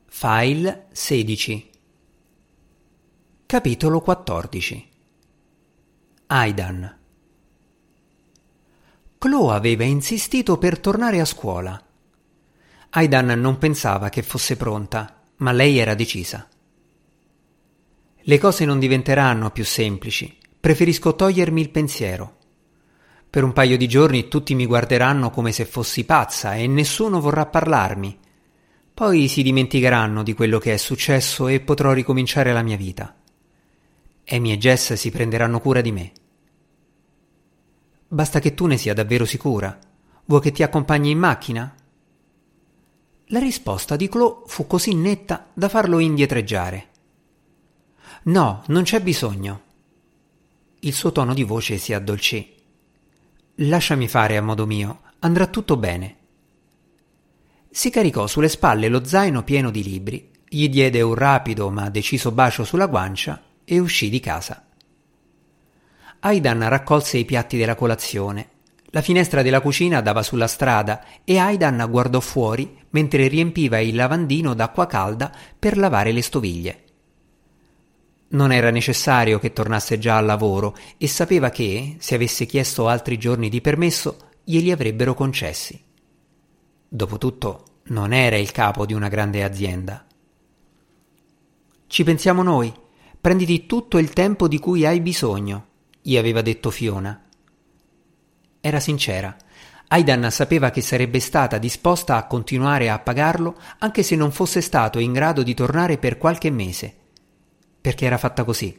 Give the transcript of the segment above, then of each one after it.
File 16. Capitolo 14. Aidan. Chloe aveva insistito per tornare a scuola. Aidan non pensava che fosse pronta, ma lei era decisa. Le cose non diventeranno più semplici. Preferisco togliermi il pensiero. Per un paio di giorni tutti mi guarderanno come se fossi pazza e nessuno vorrà parlarmi. Poi si dimenticheranno di quello che è successo e potrò ricominciare la mia vita. Amy e Jess si prenderanno cura di me. Basta che tu ne sia davvero sicura. Vuoi che ti accompagni in macchina? La risposta di Chloe fu così netta da farlo indietreggiare. No, non c'è bisogno. Il suo tono di voce si addolcì. Lasciami fare a modo mio, andrà tutto bene. Si caricò sulle spalle lo zaino pieno di libri, gli diede un rapido ma deciso bacio sulla guancia e uscì di casa. Aidan raccolse i piatti della colazione. La finestra della cucina dava sulla strada e Aidan guardò fuori mentre riempiva il lavandino d'acqua calda per lavare le stoviglie. Non era necessario che tornasse già al lavoro e sapeva che, se avesse chiesto altri giorni di permesso, glieli avrebbero concessi. Dopotutto, non era il capo di una grande azienda. Ci pensiamo noi. Prenditi tutto il tempo di cui hai bisogno, gli aveva detto Fiona. Era sincera. Aidan sapeva che sarebbe stata disposta a continuare a pagarlo anche se non fosse stato in grado di tornare per qualche mese, perché era fatta così.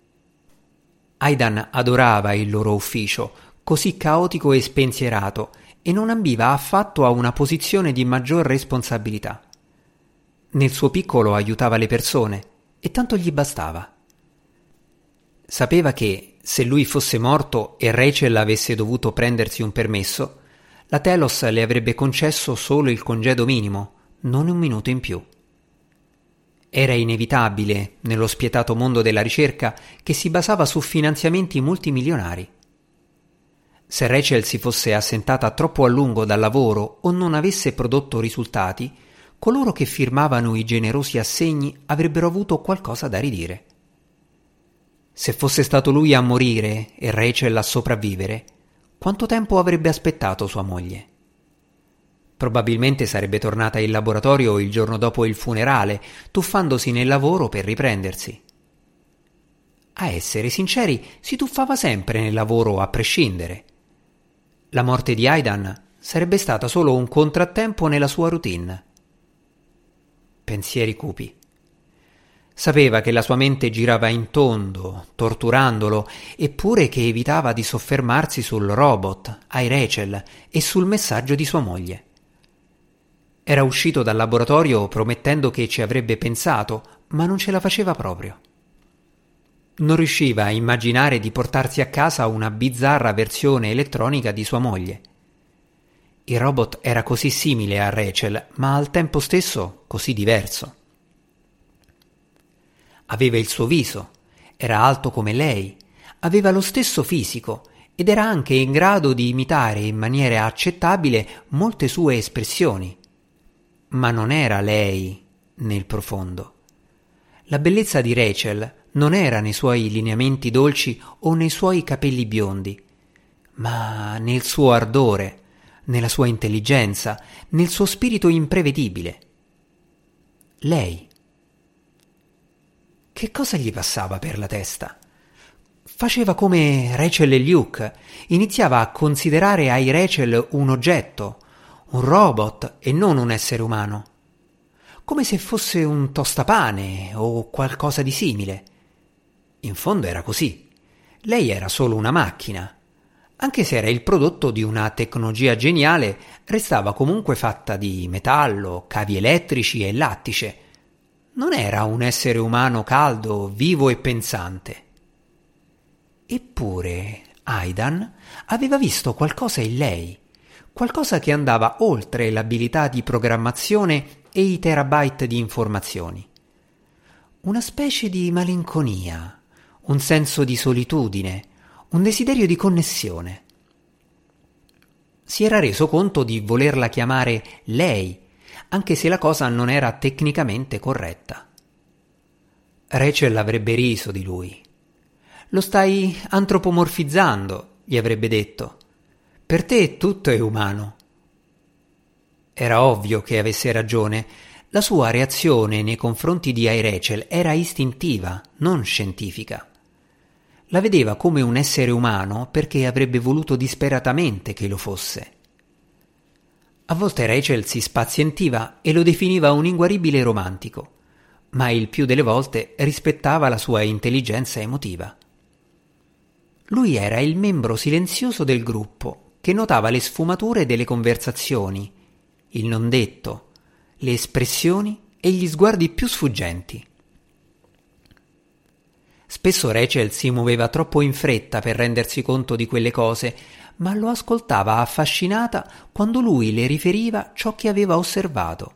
Aidan adorava il loro ufficio, così caotico e spensierato, e non ambiva affatto a una posizione di maggior responsabilità. Nel suo piccolo aiutava le persone, e tanto gli bastava. Sapeva che, se lui fosse morto e Rachel avesse dovuto prendersi un permesso, la Telos le avrebbe concesso solo il congedo minimo, non un minuto in più. Era inevitabile, nello spietato mondo della ricerca, che si basava su finanziamenti multimilionari. Se Rachel si fosse assentata troppo a lungo dal lavoro o non avesse prodotto risultati, coloro che firmavano i generosi assegni avrebbero avuto qualcosa da ridire. Se fosse stato lui a morire e Rachel a sopravvivere, quanto tempo avrebbe aspettato sua moglie? Probabilmente sarebbe tornata in laboratorio il giorno dopo il funerale, tuffandosi nel lavoro per riprendersi. A essere sinceri, si tuffava sempre nel lavoro a prescindere. La morte di Aidan sarebbe stata solo un contrattempo nella sua routine. Pensieri cupi. Sapeva che la sua mente girava in tondo, torturandolo, eppure che evitava di soffermarsi sul robot, ai Rachel e sul messaggio di sua moglie. Era uscito dal laboratorio promettendo che ci avrebbe pensato, ma non ce la faceva proprio. Non riusciva a immaginare di portarsi a casa una bizzarra versione elettronica di sua moglie. Il robot era così simile a Rachel, ma al tempo stesso così diverso. Aveva il suo viso, era alto come lei, aveva lo stesso fisico ed era anche in grado di imitare in maniera accettabile molte sue espressioni. Ma non era lei nel profondo. La bellezza di Rachel non era nei suoi lineamenti dolci o nei suoi capelli biondi, ma nel suo ardore, nella sua intelligenza, nel suo spirito imprevedibile. Lei. Che cosa gli passava per la testa? Faceva come Rachel e Luke, iniziava a considerare ai Rachel un oggetto, un robot e non un essere umano, come se fosse un tostapane o qualcosa di simile. In fondo era così. Lei era solo una macchina. Anche se era il prodotto di una tecnologia geniale, restava comunque fatta di metallo, cavi elettrici e lattice. Non era un essere umano caldo, vivo e pensante. Eppure Aidan aveva visto qualcosa in lei, qualcosa che andava oltre l'abilità di programmazione e i terabyte di informazioni. Una specie di malinconia, un senso di solitudine, un desiderio di connessione. Si era reso conto di volerla chiamare lei, anche se la cosa non era tecnicamente corretta. Rachel avrebbe riso di lui. «Lo stai antropomorfizzando», gli avrebbe detto. «Per te tutto è umano». Era ovvio che avesse ragione. La sua reazione nei confronti di Rachel era istintiva, non scientifica. La vedeva come un essere umano perché avrebbe voluto disperatamente che lo fosse. A volte Rachel si spazientiva e lo definiva un inguaribile romantico, ma il più delle volte rispettava la sua intelligenza emotiva. Lui era il membro silenzioso del gruppo che notava le sfumature delle conversazioni, il non detto, le espressioni e gli sguardi più sfuggenti. Spesso Rachel si muoveva troppo in fretta per rendersi conto di quelle cose, ma lo ascoltava affascinata quando lui le riferiva ciò che aveva osservato.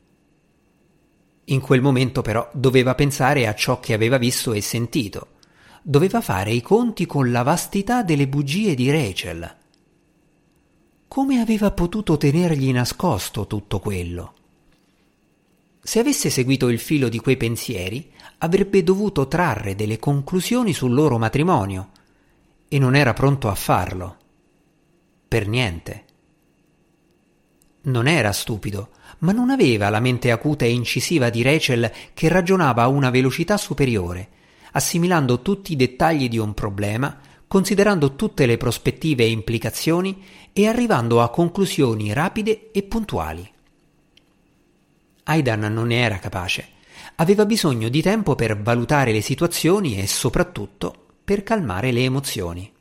In quel momento però doveva pensare a ciò che aveva visto e sentito. Doveva fare i conti con la vastità delle bugie di Rachel. Come aveva potuto tenergli nascosto tutto quello? Se avesse seguito il filo di quei pensieri, avrebbe dovuto trarre delle conclusioni sul loro matrimonio, e non era pronto a farlo. Per niente. Non era stupido, ma non aveva la mente acuta e incisiva di Rachel che ragionava a una velocità superiore, assimilando tutti i dettagli di un problema, considerando tutte le prospettive e implicazioni e arrivando a conclusioni rapide e puntuali. Aidan non ne era capace. Aveva bisogno di tempo per valutare le situazioni e soprattutto per calmare le emozioni.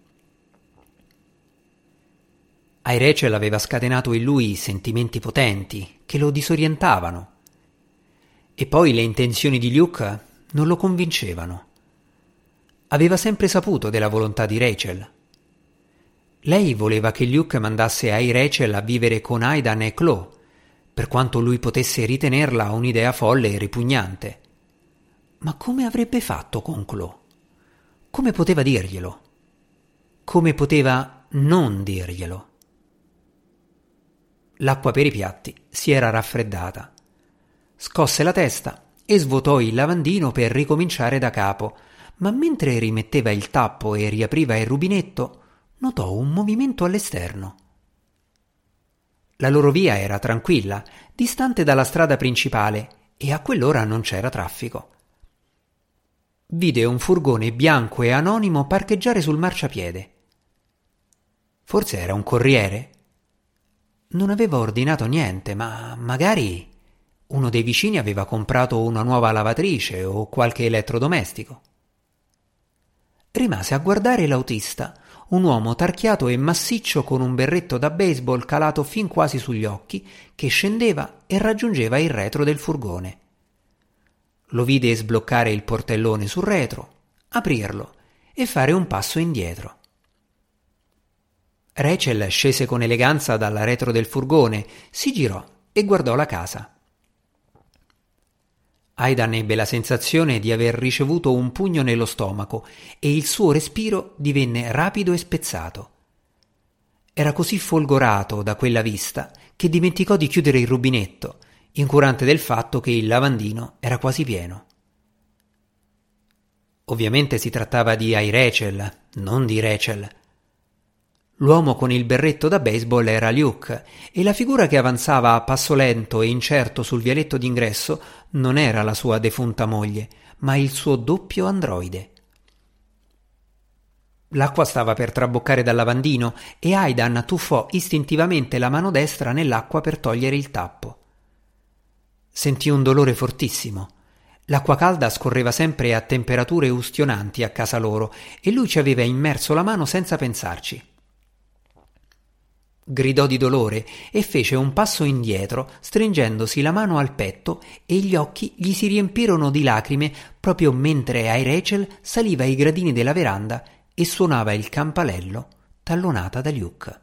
Rachel aveva scatenato in lui sentimenti potenti che lo disorientavano. E poi le intenzioni di Luke non lo convincevano. Aveva sempre saputo della volontà di Rachel. Lei voleva che Luke mandasse Rachel a vivere con Aidan e Chloe, per quanto lui potesse ritenerla un'idea folle e ripugnante. Ma come avrebbe fatto con Chloe? Come poteva dirglielo? Come poteva non dirglielo? L'acqua per i piatti si era raffreddata. Scosse la testa e svuotò il lavandino per ricominciare da capo, ma mentre rimetteva il tappo e riapriva il rubinetto, notò un movimento all'esterno. La loro via era tranquilla, distante dalla strada principale, e a quell'ora non c'era traffico. Vide un furgone bianco e anonimo parcheggiare sul marciapiede. Forse era un corriere? Non aveva ordinato niente, ma magari uno dei vicini aveva comprato una nuova lavatrice o qualche elettrodomestico. Rimase a guardare l'autista, un uomo tarchiato e massiccio con un berretto da baseball calato fin quasi sugli occhi, che scendeva e raggiungeva il retro del furgone. Lo vide sbloccare il portellone sul retro, aprirlo e fare un passo indietro. Rachel scese con eleganza dal retro del furgone, si girò e guardò la casa. Aidan ebbe la sensazione di aver ricevuto un pugno nello stomaco e il suo respiro divenne rapido e spezzato. Era così folgorato da quella vista che dimenticò di chiudere il rubinetto, incurante del fatto che il lavandino era quasi pieno. Ovviamente si trattava di Rachel, non di Rachel. L'uomo con il berretto da baseball era Luke e la figura che avanzava a passo lento e incerto sul vialetto d'ingresso non era la sua defunta moglie, ma il suo doppio androide. L'acqua stava per traboccare dal lavandino e Aidan tuffò istintivamente la mano destra nell'acqua per togliere il tappo. Sentì un dolore fortissimo. L'acqua calda scorreva sempre a temperature ustionanti a casa loro e lui ci aveva immerso la mano senza pensarci. Gridò di dolore e fece un passo indietro, stringendosi la mano al petto, e gli occhi gli si riempirono di lacrime proprio mentre Rachel saliva i gradini della veranda e suonava il campanello tallonata da Luke.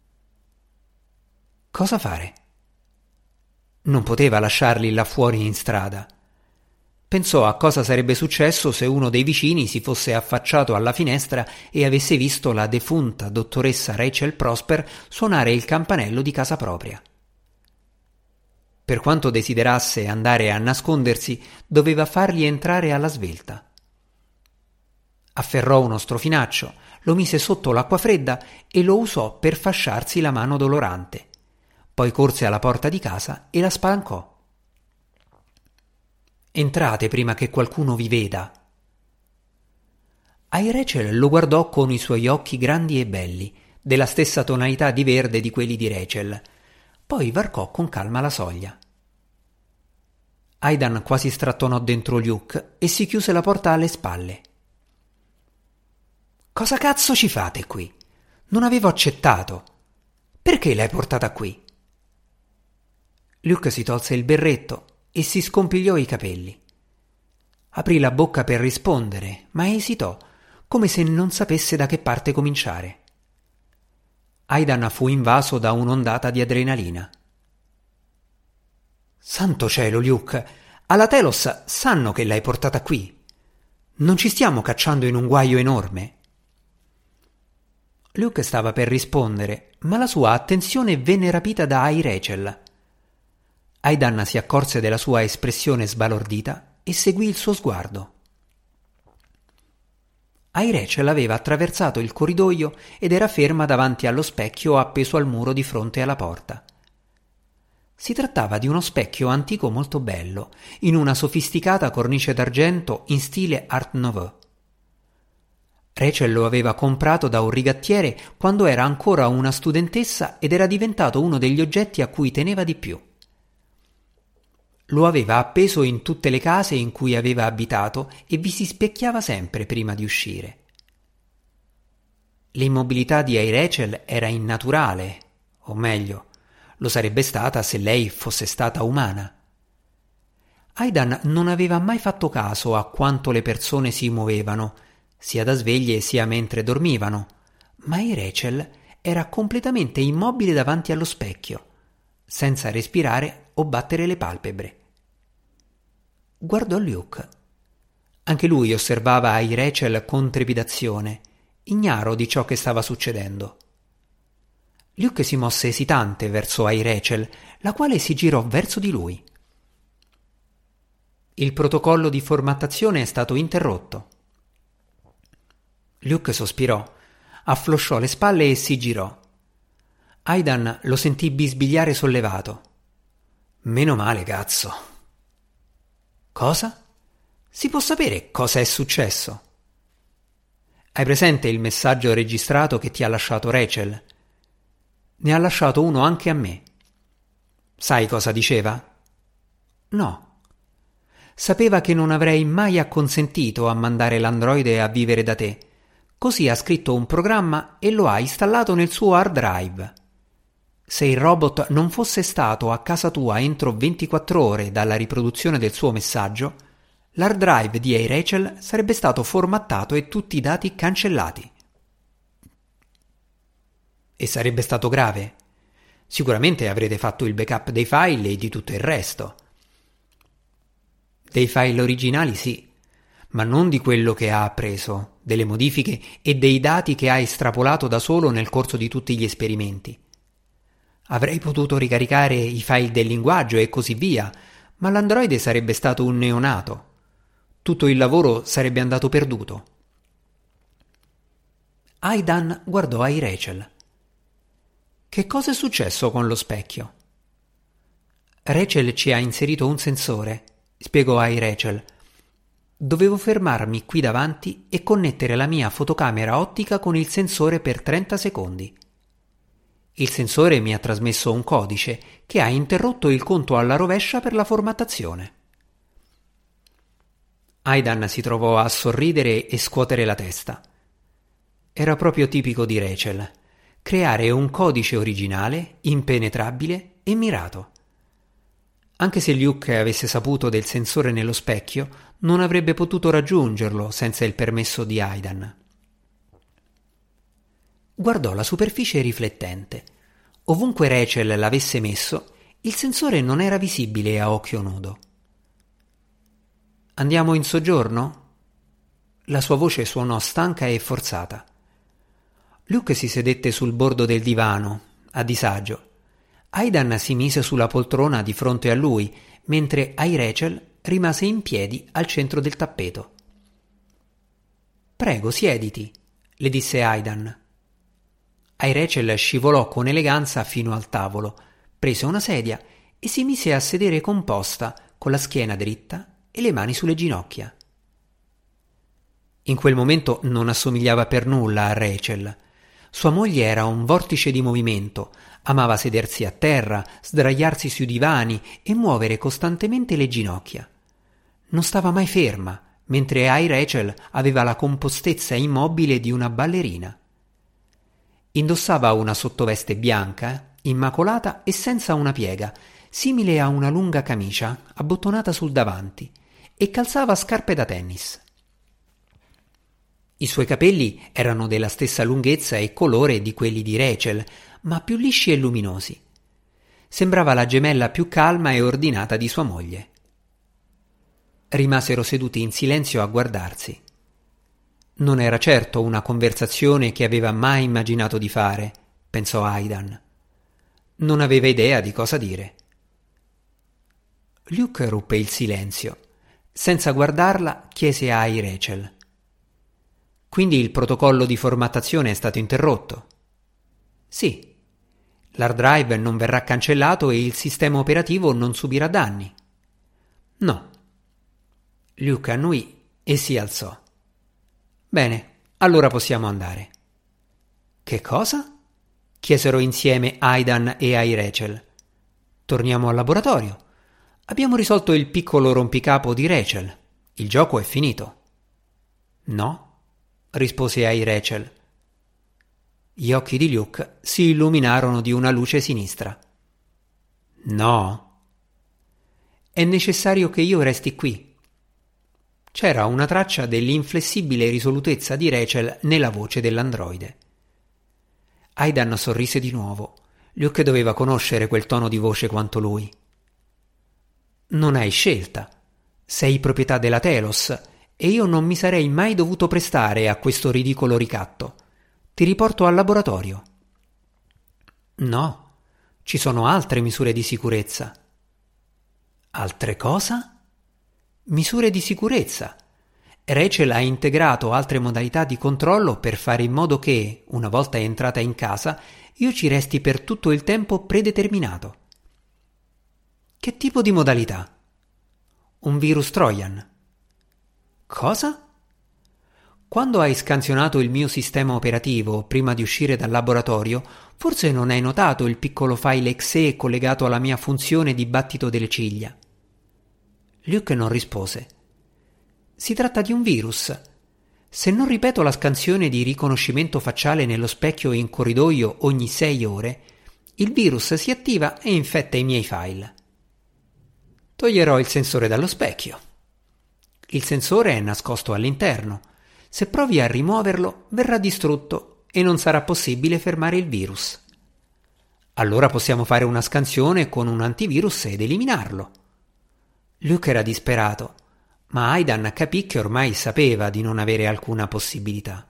Cosa fare? Non poteva lasciarli là fuori in strada. Pensò a cosa sarebbe successo se uno dei vicini si fosse affacciato alla finestra e avesse visto la defunta dottoressa Rachel Prosper suonare il campanello di casa propria. Per quanto desiderasse andare a nascondersi, doveva fargli entrare alla svelta. Afferrò uno strofinaccio, lo mise sotto l'acqua fredda e lo usò per fasciarsi la mano dolorante. Poi corse alla porta di casa e la spalancò. «Entrate prima che qualcuno vi veda». Rachel lo guardò con i suoi occhi grandi e belli, della stessa tonalità di verde di quelli di Rachel. Poi varcò con calma la soglia. Aidan quasi strattonò dentro Luke e si chiuse la porta alle spalle. «Cosa cazzo ci fate qui? Non avevo accettato. Perché l'hai portata qui?» Luke si tolse il berretto e si scompigliò i capelli. Aprì la bocca per rispondere, ma esitò, come se non sapesse da che parte cominciare. Aidan fu invaso da un'ondata di adrenalina. «Santo cielo, Luke! Alla Telos sanno che l'hai portata qui. Non ci stiamo cacciando in un guaio enorme?» Luke stava per rispondere, ma la sua attenzione venne rapita da Rachel. Aidan si accorse della sua espressione sbalordita e seguì il suo sguardo. Rachel aveva attraversato il corridoio ed era ferma davanti allo specchio appeso al muro di fronte alla porta. Si trattava di uno specchio antico molto bello, in una sofisticata cornice d'argento in stile Art Nouveau. Rachel lo aveva comprato da un rigattiere quando era ancora una studentessa ed era diventato uno degli oggetti a cui teneva di più. Lo aveva appeso in tutte le case in cui aveva abitato e vi si specchiava sempre prima di uscire. L'immobilità di Rachel era innaturale, o meglio, lo sarebbe stata se lei fosse stata umana. Aidan non aveva mai fatto caso a quanto le persone si muovevano, sia da sveglie sia mentre dormivano, ma Rachel era completamente immobile davanti allo specchio, senza respirare o battere le palpebre. Guardò Luke. Anche lui osservava Rachel con trepidazione, ignaro di ciò che stava succedendo. Luke si mosse esitante verso Rachel, la quale si girò verso di lui. «Il protocollo di formattazione è stato interrotto». Luke sospirò, afflosciò le spalle e si girò. Aidan lo sentì bisbigliare sollevato. «Meno male, cazzo». «Cosa? Si può sapere cosa è successo?» «Hai presente il messaggio registrato che ti ha lasciato Rachel? Ne ha lasciato uno anche a me. Sai cosa diceva?» «No». «Sapeva che non avrei mai acconsentito a mandare l'androide a vivere da te. Così ha scritto un programma e lo ha installato nel suo hard drive. Se il robot non fosse stato a casa tua entro 24 ore dalla riproduzione del suo messaggio, l'hard drive di Rachel sarebbe stato formattato e tutti i dati cancellati». «E sarebbe stato grave? Sicuramente avrete fatto il backup dei file e di tutto il resto». «Dei file originali sì, ma non di quello che ha appreso, delle modifiche e dei dati che ha estrapolato da solo nel corso di tutti gli esperimenti. Avrei potuto ricaricare i file del linguaggio e così via, ma l'androide sarebbe stato un neonato. Tutto il lavoro sarebbe andato perduto». Aidan guardò Rachel. «Che cosa è successo con lo specchio?» «Rachel ci ha inserito un sensore», spiegò Rachel. «Dovevo fermarmi qui davanti e connettere la mia fotocamera ottica con il sensore per 30 secondi. Il sensore mi ha trasmesso un codice che ha interrotto il conto alla rovescia per la formattazione». Aidan si trovò a sorridere e scuotere la testa. Era proprio tipico di Rachel, creare un codice originale, impenetrabile e mirato. Anche se Luke avesse saputo del sensore nello specchio, non avrebbe potuto raggiungerlo senza il permesso di Aidan. Guardò la superficie riflettente. Ovunque Rachel l'avesse messo, il sensore non era visibile a occhio nudo. «Andiamo in soggiorno?» La sua voce suonò stanca e forzata. Luke si sedette sul bordo del divano, a disagio. Aidan si mise sulla poltrona di fronte a lui, mentre Rachel rimase in piedi al centro del tappeto. «Prego, siediti», le disse Aidan. Rachel scivolò con eleganza fino al tavolo, prese una sedia e si mise a sedere composta, con la schiena dritta e le mani sulle ginocchia. In quel momento non assomigliava per nulla a Rachel. Sua moglie era un vortice di movimento, amava sedersi a terra, sdraiarsi sui divani e muovere costantemente le ginocchia. Non stava mai ferma, mentre Rachel aveva la compostezza immobile di una ballerina. Indossava una sottoveste bianca, immacolata e senza una piega, simile a una lunga camicia abbottonata sul davanti, e calzava scarpe da tennis. I suoi capelli erano della stessa lunghezza e colore di quelli di Rachel, ma più lisci e luminosi. Sembrava la gemella più calma e ordinata di sua moglie. Rimasero seduti in silenzio a guardarsi. Non era certo una conversazione che aveva mai immaginato di fare, pensò Aidan. Non aveva idea di cosa dire. Luke ruppe il silenzio. Senza guardarla, chiese a Rachel: «Quindi il protocollo di formattazione è stato interrotto?» «Sì. L'hard drive non verrà cancellato e il sistema operativo non subirà danni?» «No». Luke annuì e si alzò. «Bene, allora possiamo andare». «Che cosa?» chiesero insieme Aidan e Rachel. «Torniamo al laboratorio. Abbiamo risolto il piccolo rompicapo di Rachel. Il gioco è finito». «No», rispose Rachel. Gli occhi di Luke si illuminarono di una luce sinistra. «No?» «È necessario che io resti qui». C'era una traccia dell'inflessibile risolutezza di Rachel nella voce dell'androide. Aidan sorrise di nuovo. Luke doveva conoscere quel tono di voce quanto lui. «Non hai scelta. Sei proprietà della Telos e io non mi sarei mai dovuto prestare a questo ridicolo ricatto. Ti riporto al laboratorio». «No, ci sono altre misure di sicurezza». «Altre cosa?» «Misure di sicurezza. Rachel ha integrato altre modalità di controllo per fare in modo che, una volta entrata in casa, io ci resti per tutto il tempo predeterminato». «Che tipo di modalità?» «Un virus Trojan». «Cosa?» «Quando hai scansionato il mio sistema operativo prima di uscire dal laboratorio, forse non hai notato il piccolo file exe collegato alla mia funzione di battito delle ciglia». Luke non rispose. «Si tratta di un virus. Se non ripeto la scansione di riconoscimento facciale nello specchio in corridoio ogni 6 ore, il virus si attiva e infetta i miei file». «Toglierò il sensore dallo specchio». «Il sensore è nascosto all'interno. Se provi a rimuoverlo, verrà distrutto e non sarà possibile fermare il virus». «Allora possiamo fare una scansione con un antivirus ed eliminarlo». Luke era disperato, ma Aidan capì che ormai sapeva di non avere alcuna possibilità.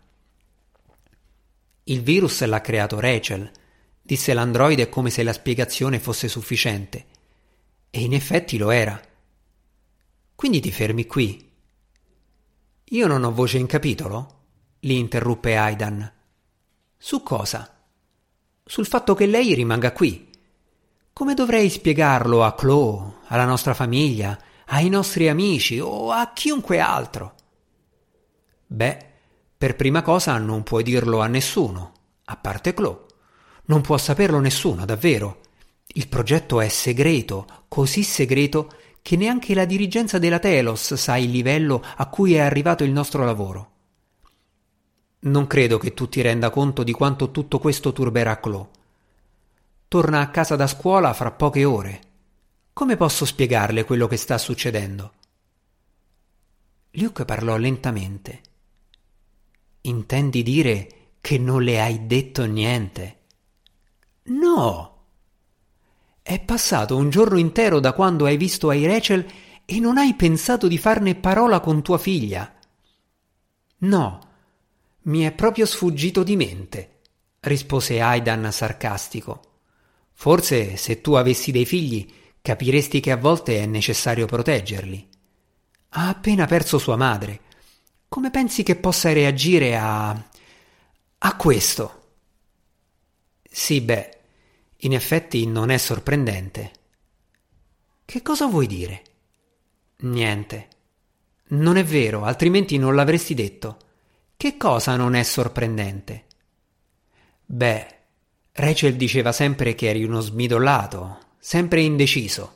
«Il virus l'ha creato Rachel», disse l'androide come se la spiegazione fosse sufficiente. E in effetti lo era. «Quindi ti fermi qui?» «Io non ho voce in capitolo?» li interruppe Aidan. «Su cosa?» «Sul fatto che lei rimanga qui. Come dovrei spiegarlo a Chloe, alla nostra famiglia, ai nostri amici o a chiunque altro?» «Beh, per prima cosa non puoi dirlo a nessuno, a parte Chloe. Non può saperlo nessuno, davvero. Il progetto è segreto, così segreto che neanche la dirigenza della Telos sa il livello a cui è arrivato il nostro lavoro. Non credo che tu ti renda conto di quanto tutto questo turberà Chloe. Torna a casa da scuola fra poche ore. Come posso spiegarle quello che sta succedendo?» Luke parlò lentamente. «Intendi dire che non le hai detto niente?» «No! È passato un giorno intero da quando hai visto Rachel e non hai pensato di farne parola con tua figlia?» «No, mi è proprio sfuggito di mente», rispose Aidan sarcastico. Forse se tu avessi dei figli capiresti che a volte è necessario proteggerli. Ha appena perso sua madre. Come pensi che possa reagire a questo? Sì, beh, in effetti non è sorprendente. Che cosa vuoi dire? Niente. Non è vero, altrimenti non l'avresti detto. Che cosa non è sorprendente? Beh, Rachel diceva sempre che eri uno smidollato, sempre indeciso.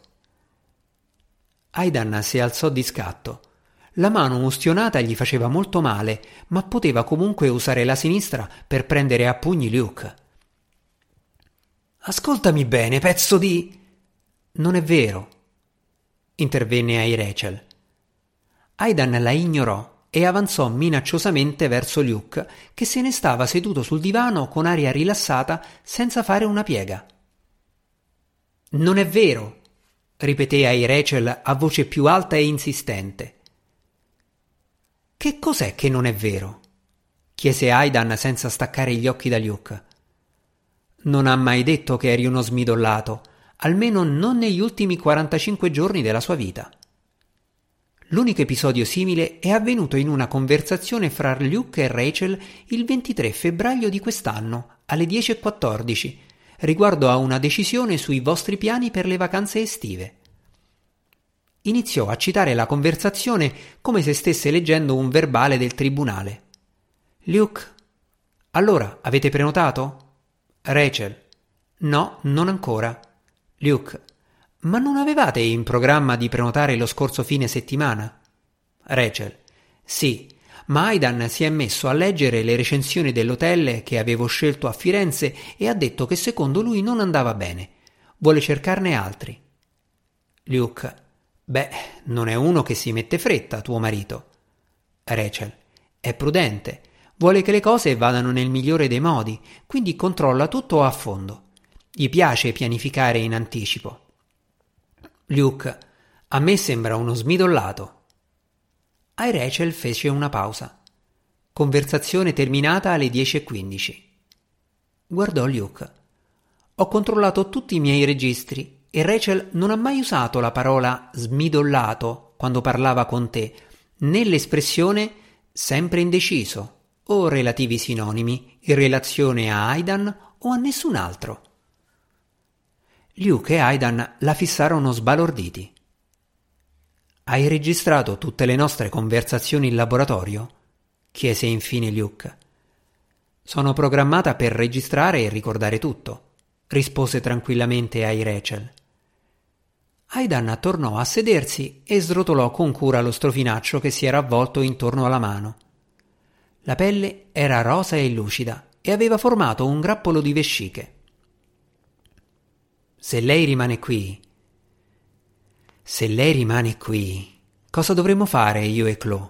Aidan si alzò di scatto. La mano ustionata gli faceva molto male, ma poteva comunque usare la sinistra per prendere a pugni Luke. Ascoltami bene, pezzo di... Non è vero, intervenne Rachel. Aidan la ignorò e avanzò minacciosamente verso Luke, che se ne stava seduto sul divano con aria rilassata senza fare una piega. Non è vero, ripeté Rachel a voce più alta e insistente. Che cos'è che non è vero? Chiese Aidan senza staccare gli occhi da Luke. Non ha mai detto che eri uno smidollato, almeno non negli ultimi 45 giorni della sua vita. L'unico episodio simile è avvenuto in una conversazione fra Luke e Rachel il 23 febbraio di quest'anno, alle 10:14, riguardo a una decisione sui vostri piani per le vacanze estive. Iniziò a citare la conversazione come se stesse leggendo un verbale del tribunale. Luke, allora avete prenotato? Rachel, no, non ancora. Luke, ma non avevate in programma di prenotare lo scorso fine settimana? Rachel, sì, ma Aidan si è messo a leggere le recensioni dell'hotel che avevo scelto a Firenze e ha detto che secondo lui non andava bene. Vuole cercarne altri. Luke, beh, non è uno che si mette fretta, tuo marito. Rachel, è prudente, vuole che le cose vadano nel migliore dei modi, quindi controlla tutto a fondo. Gli piace pianificare in anticipo. Luke, a me sembra uno smidollato. Rachel fece una pausa. Conversazione terminata alle 10:15. Guardò Luke. Ho controllato tutti i miei registri e Rachel non ha mai usato la parola smidollato quando parlava con te, né l'espressione sempre indeciso o relativi sinonimi in relazione a Aidan o a nessun altro. Luke e Aidan la fissarono sbalorditi. Hai registrato tutte le nostre conversazioni in laboratorio? Chiese infine Luke. Sono programmata per registrare e ricordare tutto, rispose tranquillamente Rachel. Aidan tornò a sedersi e srotolò con cura lo strofinaccio che si era avvolto intorno alla mano. La pelle era rosa e lucida e aveva formato un grappolo di vesciche. Se lei rimane qui, cosa dovremmo fare io e Chloe?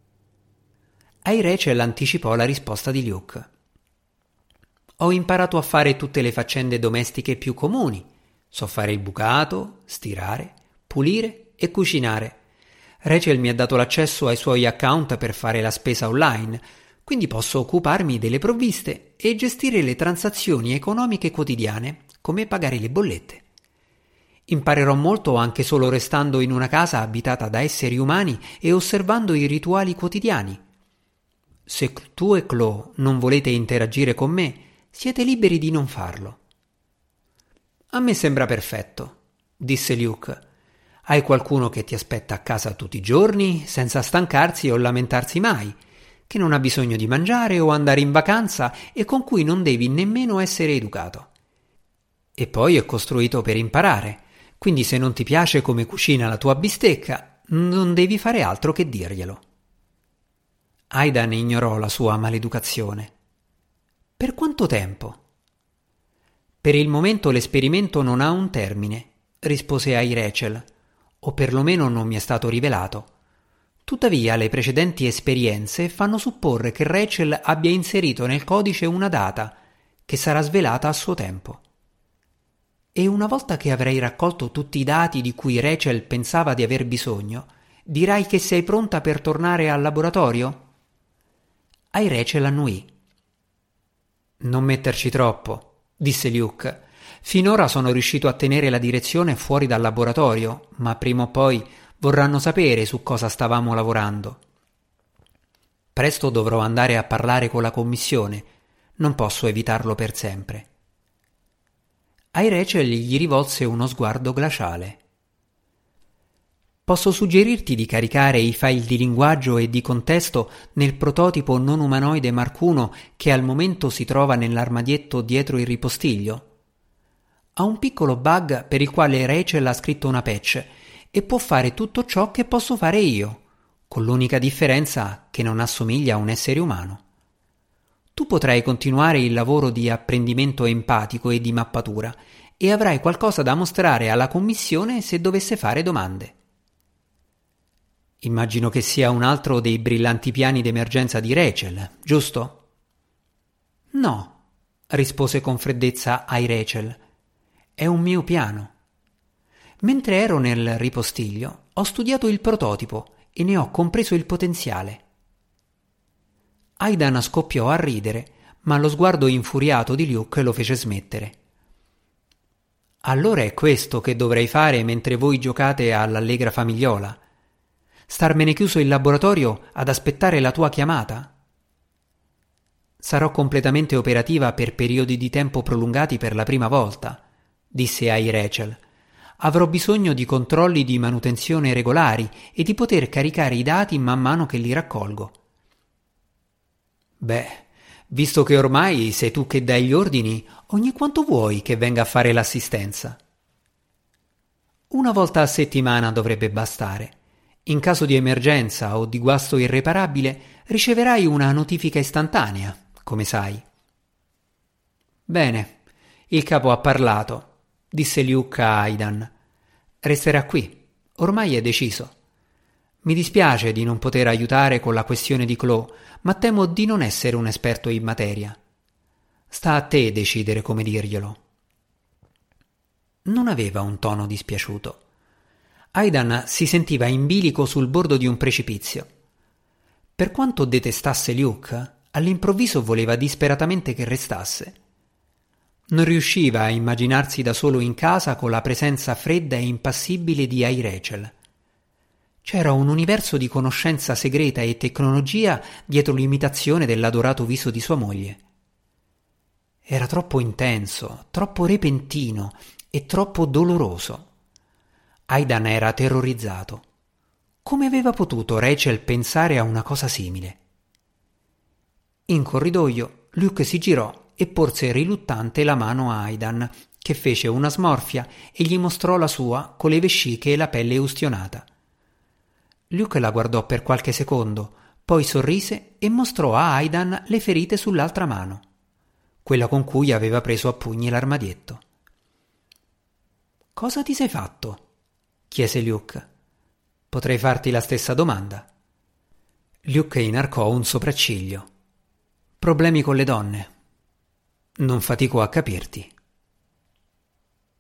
Rachel anticipò la risposta di Luke. Ho imparato a fare tutte le faccende domestiche più comuni. So fare il bucato, stirare, pulire e cucinare. Rachel mi ha dato l'accesso ai suoi account per fare la spesa online, quindi posso occuparmi delle provviste e gestire le transazioni economiche quotidiane, come pagare le bollette. Imparerò molto anche solo restando in una casa abitata da esseri umani e osservando i rituali quotidiani. Se tu e Chloe non volete interagire con me, siete liberi di non farlo. A me sembra perfetto, disse Luke. Hai qualcuno che ti aspetta a casa tutti i giorni, senza stancarsi o lamentarsi mai, che non ha bisogno di mangiare o andare in vacanza e con cui non devi nemmeno essere educato. E poi è costruito per imparare, quindi se non ti piace come cucina la tua bistecca, non devi fare altro che dirglielo. Aidan ignorò la sua maleducazione. Per quanto tempo? Per il momento l'esperimento non ha un termine, rispose Rachel, o perlomeno non mi è stato rivelato. Tuttavia le precedenti esperienze fanno supporre che Rachel abbia inserito nel codice una data che sarà svelata a suo tempo. E una volta che avrai raccolto tutti i dati di cui Rachel pensava di aver bisogno, dirai che sei pronta per tornare al laboratorio? Rachel annuì. Non metterci troppo, disse Luke. Finora sono riuscito a tenere la direzione fuori dal laboratorio, ma prima o poi vorranno sapere su cosa stavamo lavorando. Presto dovrò andare a parlare con la commissione, non posso evitarlo per sempre. Ai Rachel gli rivolse uno sguardo glaciale. Posso suggerirti di caricare i file di linguaggio e di contesto nel prototipo non umanoide Mark I che al momento si trova nell'armadietto dietro il ripostiglio? Ha un piccolo bug per il quale Rachel ha scritto una patch e può fare tutto ciò che posso fare io, con l'unica differenza che non assomiglia a un essere umano. Tu potrai continuare il lavoro di apprendimento empatico e di mappatura e avrai qualcosa da mostrare alla commissione se dovesse fare domande. Immagino che sia un altro dei brillanti piani d'emergenza di Rachel, giusto? No, rispose con freddezza ai Rachel. È un mio piano. Mentre ero nel ripostiglio, ho studiato il prototipo e ne ho compreso il potenziale. Aidan scoppiò a ridere, ma lo sguardo infuriato di Luke lo fece smettere. Allora è questo che dovrei fare mentre voi giocate all'allegra famigliola? Starmene chiuso in laboratorio ad aspettare la tua chiamata? Sarò completamente operativa per periodi di tempo prolungati per la prima volta, disse ai Rachel. Avrò bisogno di controlli di manutenzione regolari e di poter caricare i dati man mano che li raccolgo. Beh, visto che ormai sei tu che dai gli ordini, ogni quanto vuoi che venga a fare l'assistenza? Una volta a settimana dovrebbe bastare. In caso di emergenza o di guasto irreparabile riceverai una notifica istantanea, come sai. Bene, il capo ha parlato, disse Luke a Aidan. Resterà qui, ormai è deciso. Mi dispiace di non poter aiutare con la questione di Chloe, ma temo di non essere un esperto in materia. Sta a te decidere come dirglielo. Non aveva un tono dispiaciuto. Aidan si sentiva in bilico sul bordo di un precipizio. Per quanto detestasse Luke, all'improvviso voleva disperatamente che restasse. Non riusciva a immaginarsi da solo in casa con la presenza fredda e impassibile di Rachel. C'era un universo di conoscenza segreta e tecnologia dietro l'imitazione dell'adorato viso di sua moglie. Era troppo intenso, troppo repentino e troppo doloroso. Aidan era terrorizzato. Come aveva potuto Rachel pensare a una cosa simile? In corridoio, Luke si girò e porse riluttante la mano a Aidan, che fece una smorfia e gli mostrò la sua con le vesciche e la pelle ustionata. Luke la guardò per qualche secondo, poi sorrise e mostrò a Aidan le ferite sull'altra mano, quella con cui aveva preso a pugni l'armadietto. «Cosa ti sei fatto?» chiese Luke. «Potrei farti la stessa domanda». Luke inarcò un sopracciglio. «Problemi con le donne. Non fatico a capirti».